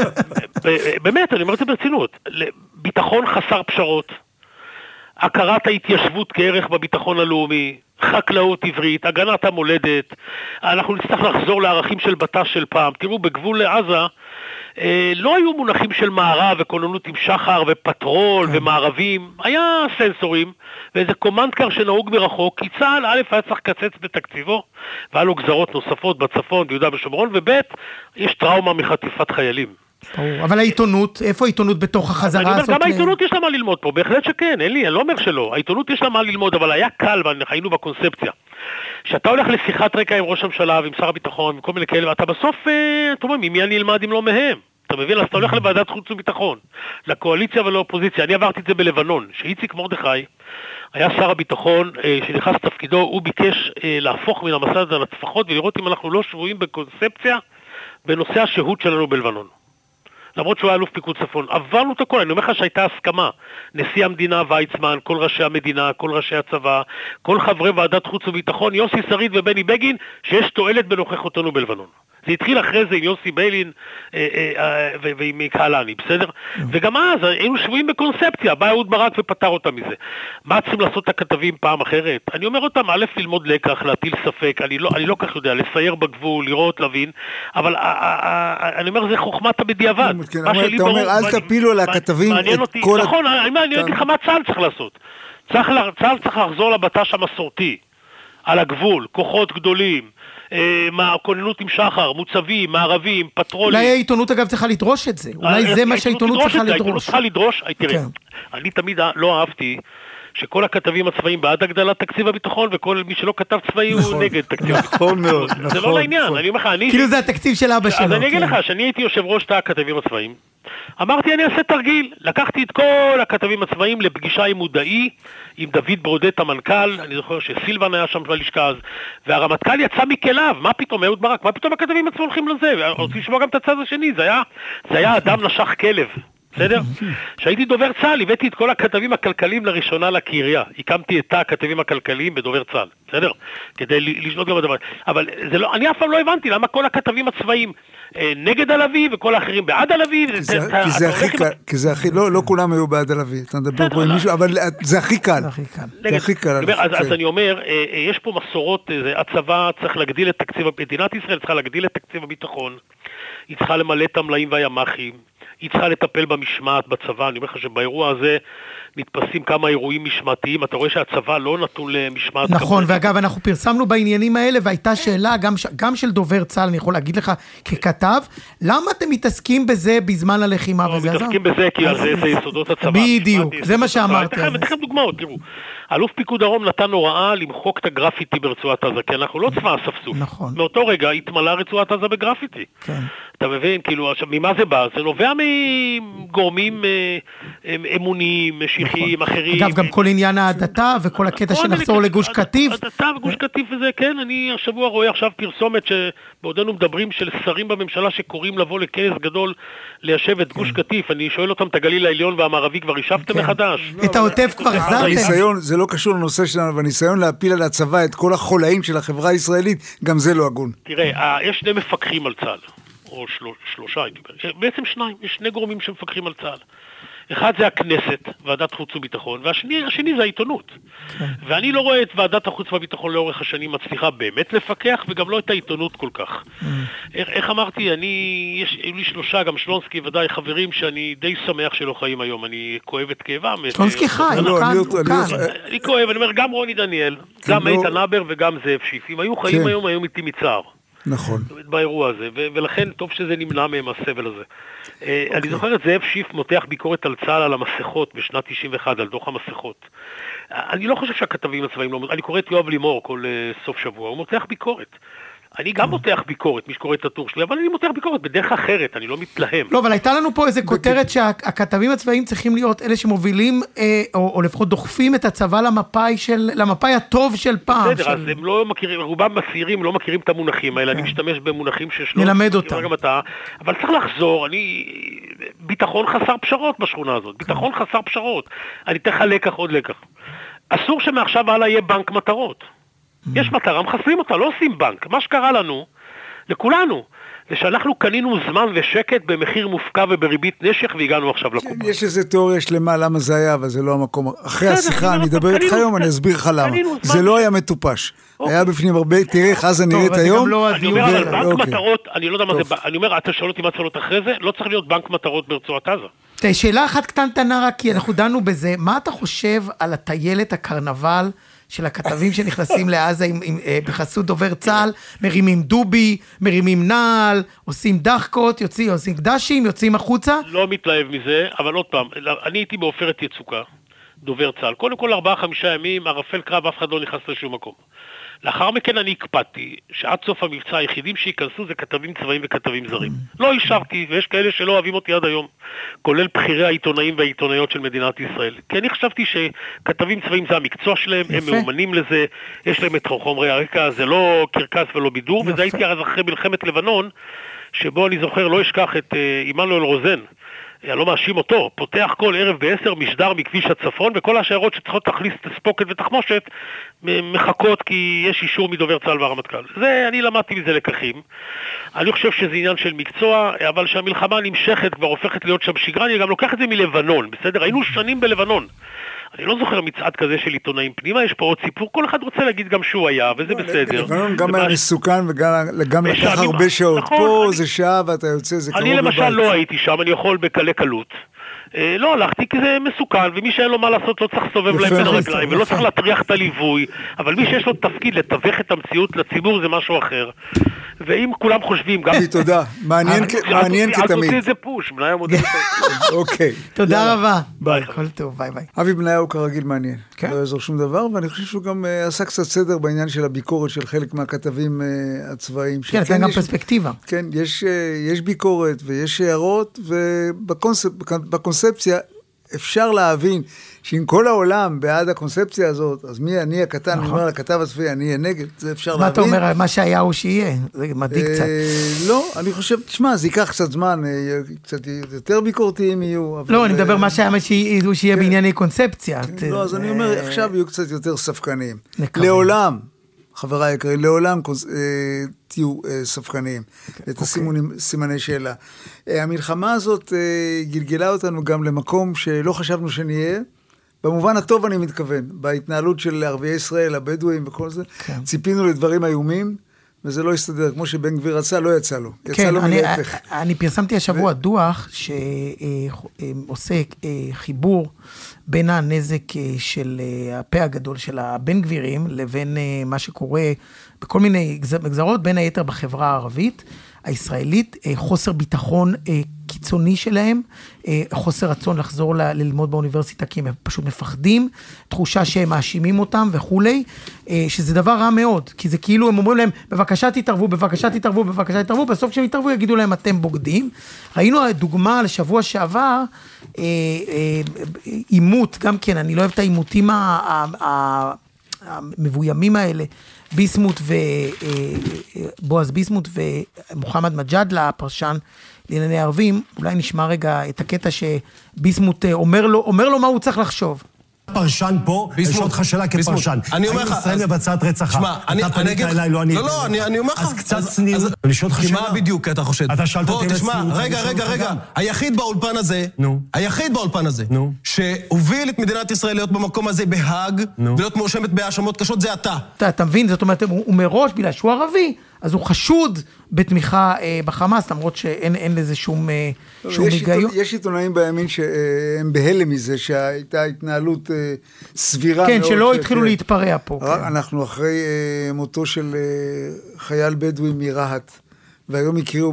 K: באמת, אני אומר את זה ברצינות. ביטחון חסר פשרות, הכרת ההתיישבות כערך בביטחון הלאומי, חקלאות עברית, הגנת המולדת, אנחנו נצטרך לחזור לערכים של בט"ש של פעם. תראו, בגבול לעזה לא היו מונחים של מערב וכוננות עם שחר ופטרול ומערבים, היה סנסורים ואיזה קומנדקר שנהוג מרחוק, כי צה"ל א' היה צריך לקצץ בתקציבו, והיה לו גזרות נוספות בצפון, ביהודה ושומרון, וב' יש טראומה מחטיפת חיילים.
B: אבל העיתונות, איפה העיתונות בתוך החזרה הזאת?
K: גם העיתונות יש לה מה ללמוד פה, בהחלט שכן, אין לי, אני לא אומר שלא, העיתונות יש לה מה ללמוד, אבל היה קל, והיינו בקונספציה. שאתה הולך לשיחת רקע עם ראש הממשלה ועם שר הביטחון וכל מיני כאלה, ואתה בסוף, אתה אומר, ממי אני אלמד אם לא מהם? אתה מבין? אז אתה הולך לוועדת חוץ וביטחון, לקואליציה ולאופוזיציה. אני עברתי את זה בלבנון, שאיציק מרדכי היה שר הביטחון שנכנס לתפקידו, הוא ביקש להפוך מן המסע הזה לטפחות ולראות אם אנחנו לא שבויים בקונספציה בנושא השהות שלנו בלבנון. למרות שהוא היה אלוף פיקוד צפון, עברנו את הכל, אני אומר לך שהייתה הסכמה, נשיא המדינה ויצמן, כל ראשי המדינה, כל ראשי הצבא, כל חברי ועדת חוץ וביטחון, יוסי שריד ובני בגין, שיש תועלת בנוכחותנו בלבנון. זה התחיל אחרי זה עם יוסי ביילין ועם קהלני, בסדר? וגם אז היינו שבויים בקונספציה, בא אהוד ברק ופתר אותם מזה. מה צריכים לעשות את הכתבים פעם אחרת? אני אומר אותם, א', ללמוד לקח, להטיל ספק, אני לא כך יודע, לסייר בגבול, לראות, להבין, אבל אני אומר, זה חוכמת הבדיעבד.
C: אתה אומר, אל תפילו על הכתבים את כל...
K: נכון, אני אגיד לך מה צה"ל צריך לעשות. צה"ל צריך לחזור לבט"ש המסורתי, על הגבול, כוחות גדולים, כוננות עם שחר, מוצבים, מערבים, פטרולים.
B: אולי העיתונות אגב צריכה לדרוש את זה. אולי זה מה שהעיתונות צריכה לדרוש.
K: העיתונות צריכה לדרוש, תראה, אני תמיד לא אהבתי שכל הכתבים הצבאיים בעד הגדלת תקציב הביטחון, וכל מי שלא כתב צבאי הוא נגד תקציב הביטחון. זה לא לעניין, אני אומר לך,
B: כאילו זה התקציב של אבא שלו.
K: אז אני אגיד לך, שאני הייתי יושב ראש תא הכתבים הצבאיים, אמרתי אני אעשה תרגיל, לקחתי את כל הכתבים הצבאיים לפגישה עם מודעי, עם דוד ברודט המנכ"ל, אני זוכר שסילבן היה שם בלשכה אז, והרמטכ"ל יצא מכליו, מה פתאום אהוד ברק, מה פתאום הכתבים הצבאיים הולכים לזה, רוצים לשמוע גם את הצד השני, זה היה אדם נשך כלב. בסדר? כשהייתי דובר צה"ל, הבאתי את כל הכתבים הכלכליים לראשונה לקריה. הקמתי את הכתבים הכלכליים בדובר צה"ל. בסדר? כדי לשנות גם הדבר. אבל אני אף פעם לא הבנתי למה כל הכתבים הצבאיים נגד הלוי וכל האחרים בעד הלוי.
C: כי זה הכי, לא כולם היו בעד הלוי. אתה מדבר פה עם מישהו, אבל זה הכי קל. זה הכי קל.
K: אז אני אומר, יש פה מסורות, הצבא צריך להגדיל את תקציב, מדינת ישראל צריכה להגדיל את תקציב הביטחון. היא צריכה למלא את המלאים והימ"חים. היא צריכה לטפל במשמעת בצבא. אני אומר לך שבאירוע הזה נתפסים כמה אירועים משמעתיים, אתה רואה שהצבא לא נתון למשמעת.
B: נכון, ואגב, אנחנו פרסמנו בעניינים האלה, והייתה שאלה גם של דובר צה"ל, אני יכול להגיד לך ככתב, למה אתם מתעסקים בזה בזמן הלחימה?
K: לא, מתעסקים בזה כי זה יסודות הצבא.
B: בדיוק, זה מה שאמרתי.
K: אני אתן דוגמאות, תראו. אלוף פיקוד דרום נתן הוראה למחוק את הגרפיטי ברצועת עזה, כי אנחנו לא צבא אספסוף.
B: נכון.
K: מאותו רגע התמלא רצועת עזה בגרפיטי.
B: כן.
K: אתה מבין, כאילו, עכשיו, ממה זה בא? זה נובע מגורמים אמוניים, משיחיים, אחרים.
B: אגב, גם כל עניין ההדתה וכל הקטע שנחזור לגוש קטיף.
K: ההדתה וגוש קטיף וזה, כן, אני השבוע רואה עכשיו פרסומת שבעודנו מדברים של שרים בממשלה שקוראים לבוא לכנס גדול ליישב את גוש קטיף. אני שואל אותם, את הגליל העליון והמערבי כבר ישבתם מחדש?
B: את העוטף כבר החזרתם.
C: הניסיון, זה לא קשור לנושא שלנו, והניסיון להפיל על הצבא את כל החולאים של החברה הישראלית, גם זה לא הגון.
K: תראה, יש שני מפקחים על צה"ל. או שלושה, בעצם שניים, יש שני גורמים שמפקחים על צה"ל. אחד זה הכנסת, ועדת חוץ וביטחון, והשני זה העיתונות. ואני לא רואה את ועדת החוץ והביטחון לאורך השנים מצליחה באמת לפקח, וגם לא את העיתונות כל כך. איך אמרתי, היו לי שלושה, גם שלונסקי ודאי חברים שאני די שמח שלא חיים היום, אני כואב את כאבם.
B: שלונסקי חי, הוא כאן.
K: אני כואב, אני אומר, גם רוני דניאל, גם איתן הבר וגם זאב שיף, אם היו חיים היום, היום איתי מצער.
C: נכון.
K: באירוע הזה, ולכן טוב שזה נמנע מהם הסבל הזה. אני זוכר את זאב שיף מותח ביקורת על צה"ל על המסכות בשנת 91, על דוח המסכות. אני לא חושב שהכתבים הצבאיים לא... אני קורא את יואב לימור כל סוף שבוע, הוא מותח ביקורת. אני גם מותח ביקורת, מי שקורא את הטור שלי, אבל אני מותח ביקורת בדרך אחרת, אני לא מתלהם.
B: לא, אבל הייתה לנו פה איזה כותרת שהכתבים הצבאיים צריכים להיות אלה שמובילים, או לפחות דוחפים את הצבא למפאי הטוב של פעם.
K: בסדר, אז הם לא מכירים, רובם הצעירים לא מכירים את המונחים האלה, אני משתמש במונחים
B: נלמד אותם.
K: אבל צריך לחזור, ביטחון חסר פשרות בשכונה הזאת, ביטחון חסר פשרות. אני אתן לך לקח עוד לקח. אסור שמעכשיו הלאה יהיה בנק מטרות. יש מטרה, מחסלים אותה, לא עושים בנק. מה שקרה לנו, לכולנו, זה שאנחנו קנינו זמן ושקט במחיר מופקע ובריבית נשך, והגענו עכשיו לקופה.
C: יש איזו תיאוריה שלמה למה זה היה, אבל זה לא המקום. אחרי השיחה, אני אדבר איתך היום, אני אסביר לך למה. זה לא היה מטופש. היה בפנים הרבה, תראה איך אז אני נראית היום.
K: אני אומר, אבל בנק מטרות, אני לא יודע מה זה, אני אומר, אתה שואל אותי מה צולות אחרי זה, לא צריך להיות בנק מטרות ברצועת עזה.
B: שאלה אחת קטנטנה רק, כי אנחנו דנו בזה, מה אתה חושב על הטיילת הקרנבל של הכתבים שנכנסים לעזה בחסות דובר צה"ל, מרימים דובי, מרימים נעל, עושים דחקות, עושים קדשים, יוצאים החוצה?
K: לא מתלהב מזה, אבל עוד פעם, אני הייתי בעופרת יצוקה, דובר צה"ל. קודם כל 4-5 ימים, ערפל קרב, אף אחד לא נכנס לשום מקום. לאחר מכן אני הקפדתי שעד סוף המבצע היחידים שיכנסו זה כתבים צבאיים וכתבים זרים. לא אישרתי, ויש כאלה שלא אוהבים אותי עד היום, כולל בחירי העיתונאים והעיתונאיות של מדינת ישראל. כי אני חשבתי שכתבים צבאיים זה המקצוע שלהם, הם מאומנים לזה, יש להם את חומרי הרקע, זה לא קרקס ולא בידור, וזה הייתי אז אחרי מלחמת לבנון, שבו אני זוכר, לא אשכח את עמנואל רוזן, אני לא מאשים אותו, פותח כל ערב ב10 משדר מכביש הצפון, וכל השיירות שצריכות תכניס תספוקת ותחמושת, מחכות כי יש אישור מדובר צה"ל והרמטכ"ל. זה, אני למדתי מזה לקחים. אני חושב שזה עניין של מקצוע, אבל שהמלחמה נמשכת כבר הופכת להיות שם שגרה, אני גם לוקח את זה מלבנון, בסדר? היינו שנים בלבנון. אני לא זוכר מצעד כזה של עיתונאים פנימה, יש פה עוד סיפור, כל אחד רוצה להגיד גם שהוא היה, וזה בסדר.
C: לבנון גם היה מסוכן וגם לקח הרבה שעות. פה זה שעה ואתה יוצא, זה קרוב
K: לבית. אני למשל לא
C: לבית.
K: הייתי שם, אני יכול בקלי קלות. לא הלכתי כי זה מסוכן, ומי שאין לו מה לעשות לא צריך לסובב להם בין הרגליים, ולא צריך להטריח את הליווי, אבל מי שיש לו תפקיד לתווך את המציאות לציבור זה משהו אחר. ואם כולם חושבים גם...
C: תודה, מעניין כתמיד.
K: אל תוציא את זה פוש, בניה מודל.
C: אוקיי.
B: תודה רבה. ביי, כל טוב, ביי ביי.
C: אבי בניה הוא כרגיל מעניין. לא יעזור שום דבר, ואני חושב שהוא גם עשה קצת סדר בעניין של הביקורת של חלק מהכתבים הצבאיים.
B: כן, זה גם פרספקטיבה.
C: כן, יש ביקורת ויש הערות, ובקונספציה אפשר להבין שאם כל העולם בעד הקונספציה הזאת, אז מי אני הקטן, אני אומר לכתב הצבאי, אני אהיה נגד, זה אפשר להבין.
B: מה אתה אומר, מה שהיה הוא שיהיה? זה מדאיג קצת.
C: לא, אני חושב, תשמע, זה ייקח קצת זמן, קצת יותר ביקורתיים יהיו.
B: לא, אני מדבר מה שהיה הוא שיהיה בענייני קונספציה.
C: לא, אז אני אומר, עכשיו יהיו קצת יותר ספקניים. לעולם, חבריי יקרים, לעולם תהיו ספקניים, ותשימו סימני שאלה. המלחמה הזאת גלגלה אותנו גם למקום שלא חשבנו שנהיה, במובן הטוב אני מתכוון, בהתנהלות של ערביי ישראל, הבדואים וכל זה, ציפינו לדברים איומים, וזה לא הסתדר, כמו שבן גביר רצה, לא יצא לו. יצא לו מלהפך.
B: אני פרסמתי השבוע דוח שעושה חיבור בין הנזק של הפה הגדול של הבן גבירים, לבין מה שקורה בכל מיני גזרות, בין היתר בחברה הערבית, הישראלית, חוסר ביטחון קיצוני שלהם, חוסר רצון לחזור ללמוד באוניברסיטה, כי הם פשוט מפחדים, תחושה שהם מאשימים אותם וכולי, שזה דבר רע מאוד, כי זה כאילו הם אומרים להם, בבקשה תתערבו, בבקשה תתערבו, בבקשה תתערבו, בסוף כשהם יתערבו יגידו להם, אתם בוגדים. ראינו דוגמה לשבוע שעבר, עימות, גם כן, אני לא אוהב את העימותים המבוימים האלה, ביסמוט ובועז ביסמוט ומוחמד מג'אדלה, הפרשן לענייני ערבים, אולי נשמע רגע את הקטע שביסמוט אומר לו מה הוא צריך לחשוב.
L: פרשן פה, יש אותך שאלה כפרשן.
M: אני אומר לך...
L: האם ישראל מבצעת רצח?
M: שמע,
L: אתה פנית אליי, לא אני...
M: לא, אני אומר לך...
L: אז קצת צניעות. אני שואל אותך שאלה.
M: כי מה בדיוק אתה חושב?
L: אתה שאלת אותי
M: תשמע, רגע. היחיד באולפן הזה, שהוביל את מדינת ישראל להיות במקום הזה בהאג, ולהיות מואשמת בהאשמות קשות, זה אתה.
B: אתה מבין, זאת אומרת, הוא מראש, בגלל שהוא ערבי, אז הוא חשוד בתמיכה בחמאס, למרות שאין לזה שום היגיון.
C: יש עיתונאים בימין שהם בהלם מזה, שהייתה התנהלות סבירה מאוד.
B: כן, שלא התחילו להתפרע פה.
C: אנחנו אחרי מותו של חייל בדואי מרהט, והיום הקריאו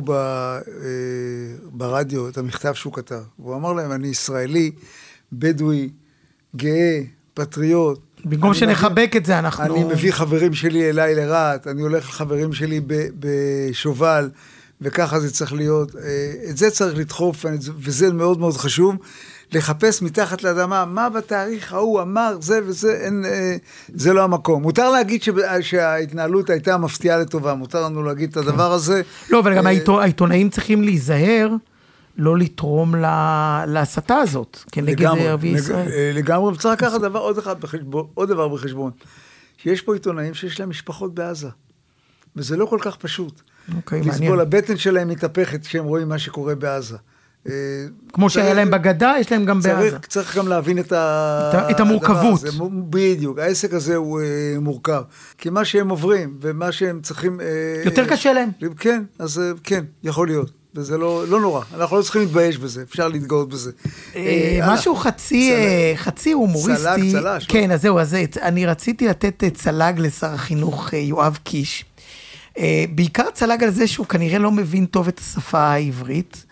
C: ברדיו את המכתב שהוא כתב. והוא אמר להם, אני ישראלי, בדואי, גאה, פטריוט.
B: במקום שנחבק את זה, אנחנו...
C: אני מביא חברים שלי אליי לרהט, אני הולך לחברים שלי בשובל, וככה זה צריך להיות. את זה צריך לדחוף, וזה מאוד מאוד חשוב, לחפש מתחת לאדמה, מה בתאריך ההוא אמר, זה וזה, זה לא המקום. מותר להגיד שההתנהלות הייתה מפתיעה לטובה, מותר לנו להגיד את הדבר הזה.
B: לא, אבל גם העיתונאים צריכים להיזהר, לא לתרום להסתה הזאת, כנגד ערבי ישראל.
C: לגמרי, וצריך לקחת עוד דבר בחשבון, שיש פה עיתונאים שיש להם משפחות בעזה, וזה לא כל כך פשוט. לסבול, הבטן שלהם מתהפכת כשהם רואים מה שקורה בעזה.
B: כמו שהיה להם בגדה, יש להם גם בעזה.
C: צריך גם להבין
B: את המורכבות.
C: בדיוק, העסק הזה הוא מורכב. כי מה שהם עוברים, ומה שהם צריכים...
B: יותר קשה להם.
C: כן, אז כן, יכול להיות. וזה לא נורא, אנחנו לא צריכים להתבייש בזה, אפשר להתגאות בזה.
B: משהו חצי הומוריסטי.
C: צל"ש.
B: כן, אז זהו, אני רציתי לתת צל"ג לשר החינוך יואב קיש, בעיקר צל"ג על זה שהוא כנראה לא מבין טוב את השפה העברית.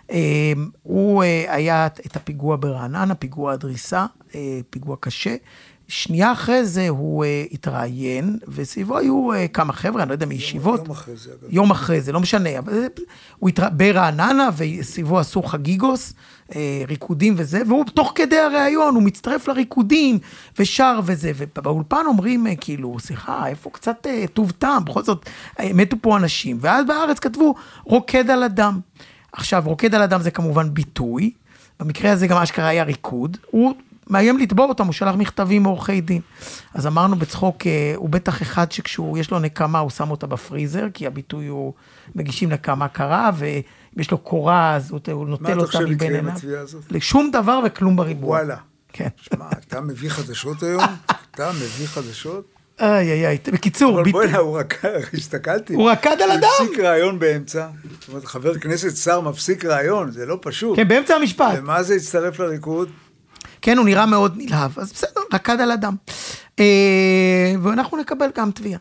B: הוא היה את הפיגוע ברעננה, פיגוע הדריסה, פיגוע קשה. שנייה אחרי זה הוא התראיין, וסביבו היו כמה חבר'ה, אני לא יודע, מישיבות. יום אחרי זה, לא משנה. אבל הוא ברעננה, וסביבו עשו חגיגוס, ריקודים וזה, והוא תוך כדי הראיון, הוא מצטרף לריקודים, ושר וזה, ובאולפן אומרים, כאילו, סליחה, איפה קצת טוב טעם, בכל זאת, מתו פה אנשים. ואז בארץ כתבו, רוקד על אדם. עכשיו, רוקד על אדם זה כמובן ביטוי, במקרה הזה גם אשכרה היה ריקוד, הוא מאיים לתבוע אותם, הוא שלח מכתבים מעורכי דין. אז אמרנו בצחוק, הוא בטח אחד שכשהוא יש לו נקמה, הוא שם אותה בפריזר, כי הביטוי הוא מגישים נקמה קרה, ואם יש לו קורה, אז הוא נוטל אותה מבין עיניו. שום דבר וכלום בריבוע.
C: וואלה.
B: כן.
C: שמה, אתה מביא חדשות היום? אתה מביא חדשות?
B: איי, בקיצור.
C: אבל בואי, הוא רקד, הסתכלתי.
B: הוא רקד על אדם.
C: מפסיק רעיון באמצע. זאת אומרת, חבר כנסת שר מפסיק רעיון, זה לא פשוט.
B: כן, באמצע המשפט.
C: ומה זה הצטרף לריקוד?
B: כן, הוא נראה מאוד נלהב, אז בסדר, רקד על אדם. ואנחנו נקבל גם תביעה.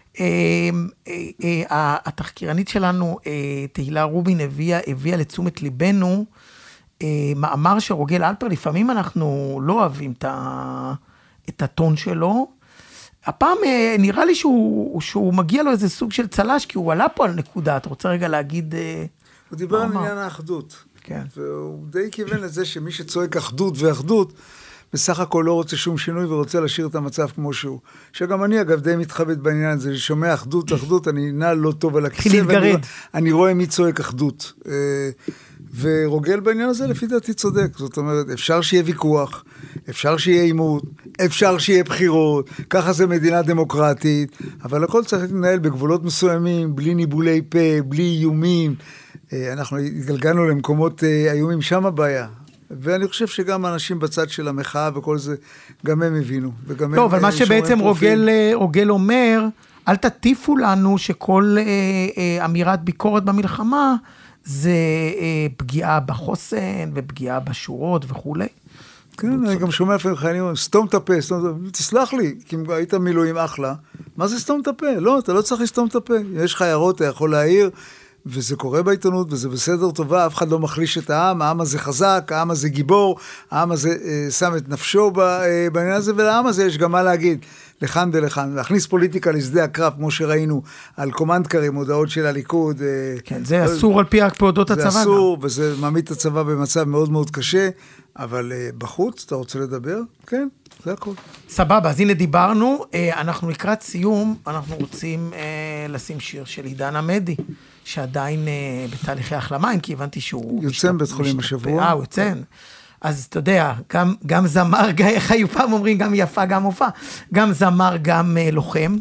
B: התחקירנית שלנו, תהילה רובין, הביאה לתשומת ליבנו, מאמר שרוגל אלפר, לפעמים אנחנו לא אוהבים את הטון שלו, הפעם נראה לי שהוא מגיע לו איזה סוג של צל"ש, כי הוא עלה פה על נקודה, אתה רוצה רגע להגיד...
C: הוא דיבר על עניין האחדות.
B: כן.
C: והוא די כיוון לזה שמי שצועק אחדות ואחדות, בסך הכל לא רוצה שום שינוי ורוצה להשאיר את המצב כמו שהוא. שגם אני אגב די מתחבט בעניין הזה, אני שומע אחדות, אני נע לא טוב על הכיסא, אני רואה מי צועק אחדות. ורוגל בעניין הזה לפי דעתי צודק, זאת אומרת, אפשר שיהיה ויכוח, אפשר שיהיה עימות, אפשר שיהיה בחירות, ככה זה מדינה דמוקרטית, אבל הכל צריך להתנהל בגבולות מסוימים, בלי ניבולי פה, בלי איומים, אנחנו התגלגלנו למקומות איומים, שם הבעיה. ואני חושב שגם האנשים בצד של המחאה וכל זה, גם הם הבינו.
B: לא, אבל מה שבעצם רוגל אומר, אל תטיפו לנו שכל אמירת ביקורת במלחמה, זה פגיעה בחוסן, ופגיעה בשורות וכו'.
C: כן, אני גם שומע לפעמים חיילים, סתום את הפה, תסלח לי, כי אם היית מילואים אחלה, מה זה סתום את הפה? לא, אתה לא צריך לסתום את הפה. יש לך הערות, אתה יכול להעיר, וזה קורה בעיתונות, וזה בסדר טובה, אף אחד לא מחליש את העם הזה חזק, העם הזה גיבור, העם הזה שם את נפשו בעניין הזה, ולעם הזה יש גם מה להגיד, לכאן ולכאן, להכניס פוליטיקה לשדה הקרב, כמו שראינו, על קומנדקרים, הודעות של הליכוד.
B: כן, זה אסור על פי פקודות הצבא.
C: זה אסור, וזה מעמיד את הצבא במצב מאוד מאוד קשה, אבל בחוץ, אתה רוצה לדבר? כן, זה הכל.
B: סבבה, אז הנה דיברנו, אנחנו לקראת סיום, אנחנו רוצים לשים שיר של עידן עמדי, שעדיין בתהליכי החלמה, כי הבנתי שהוא...
C: יוצא בית חולים השבוע.
B: הוא יוצא. אז אתה יודע, גם זמר, איך היו פעם אומרים, גם יפה, גם מופע, גם זמר, גם לוחם.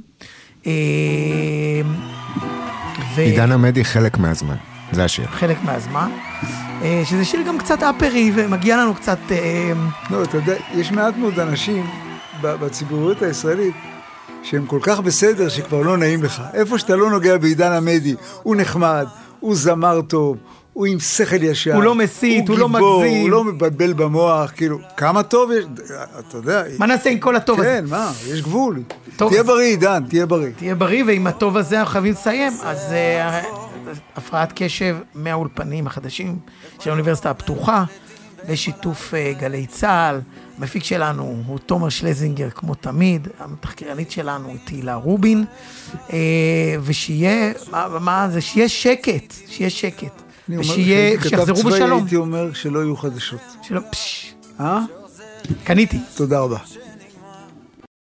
G: עידן עמדי חלק מהזמן, זה השיר.
B: חלק מהזמן, שזה שיר גם קצת אפרי, ומגיע לנו קצת...
C: לא, אתה יודע, יש מעט מאוד אנשים בציבוריות הישראלית, שהם כל כך בסדר שכבר לא נעים לך. איפה שאתה לא נוגע בעידן עמדי, הוא נחמד, הוא זמר טוב, הוא עם שכל ישר.
B: הוא לא מסית, הוא לא מגזים.
C: הוא לא מבלבל במוח, כאילו, כמה טוב יש, אתה יודע.
B: מה נעשה עם כל הטוב הזה?
C: כן, מה, יש גבול. תהיה בריא, עידן, תהיה בריא.
B: תהיה בריא, ועם הטוב הזה אנחנו חייבים לסיים. אז הפרעת קשב מהאולפנים החדשים של האוניברסיטה הפתוחה, בשיתוף גלי צהל. המפיק שלנו הוא תומר שלזינגר, כמו תמיד, התחקירנית שלנו היא תהילה רובין, ושיהיה, שיהיה שקט, ושיחזרו בשלום.
C: הייתי אומר שלא יהיו חדשות.
B: שלא, קניתי.
C: תודה רבה.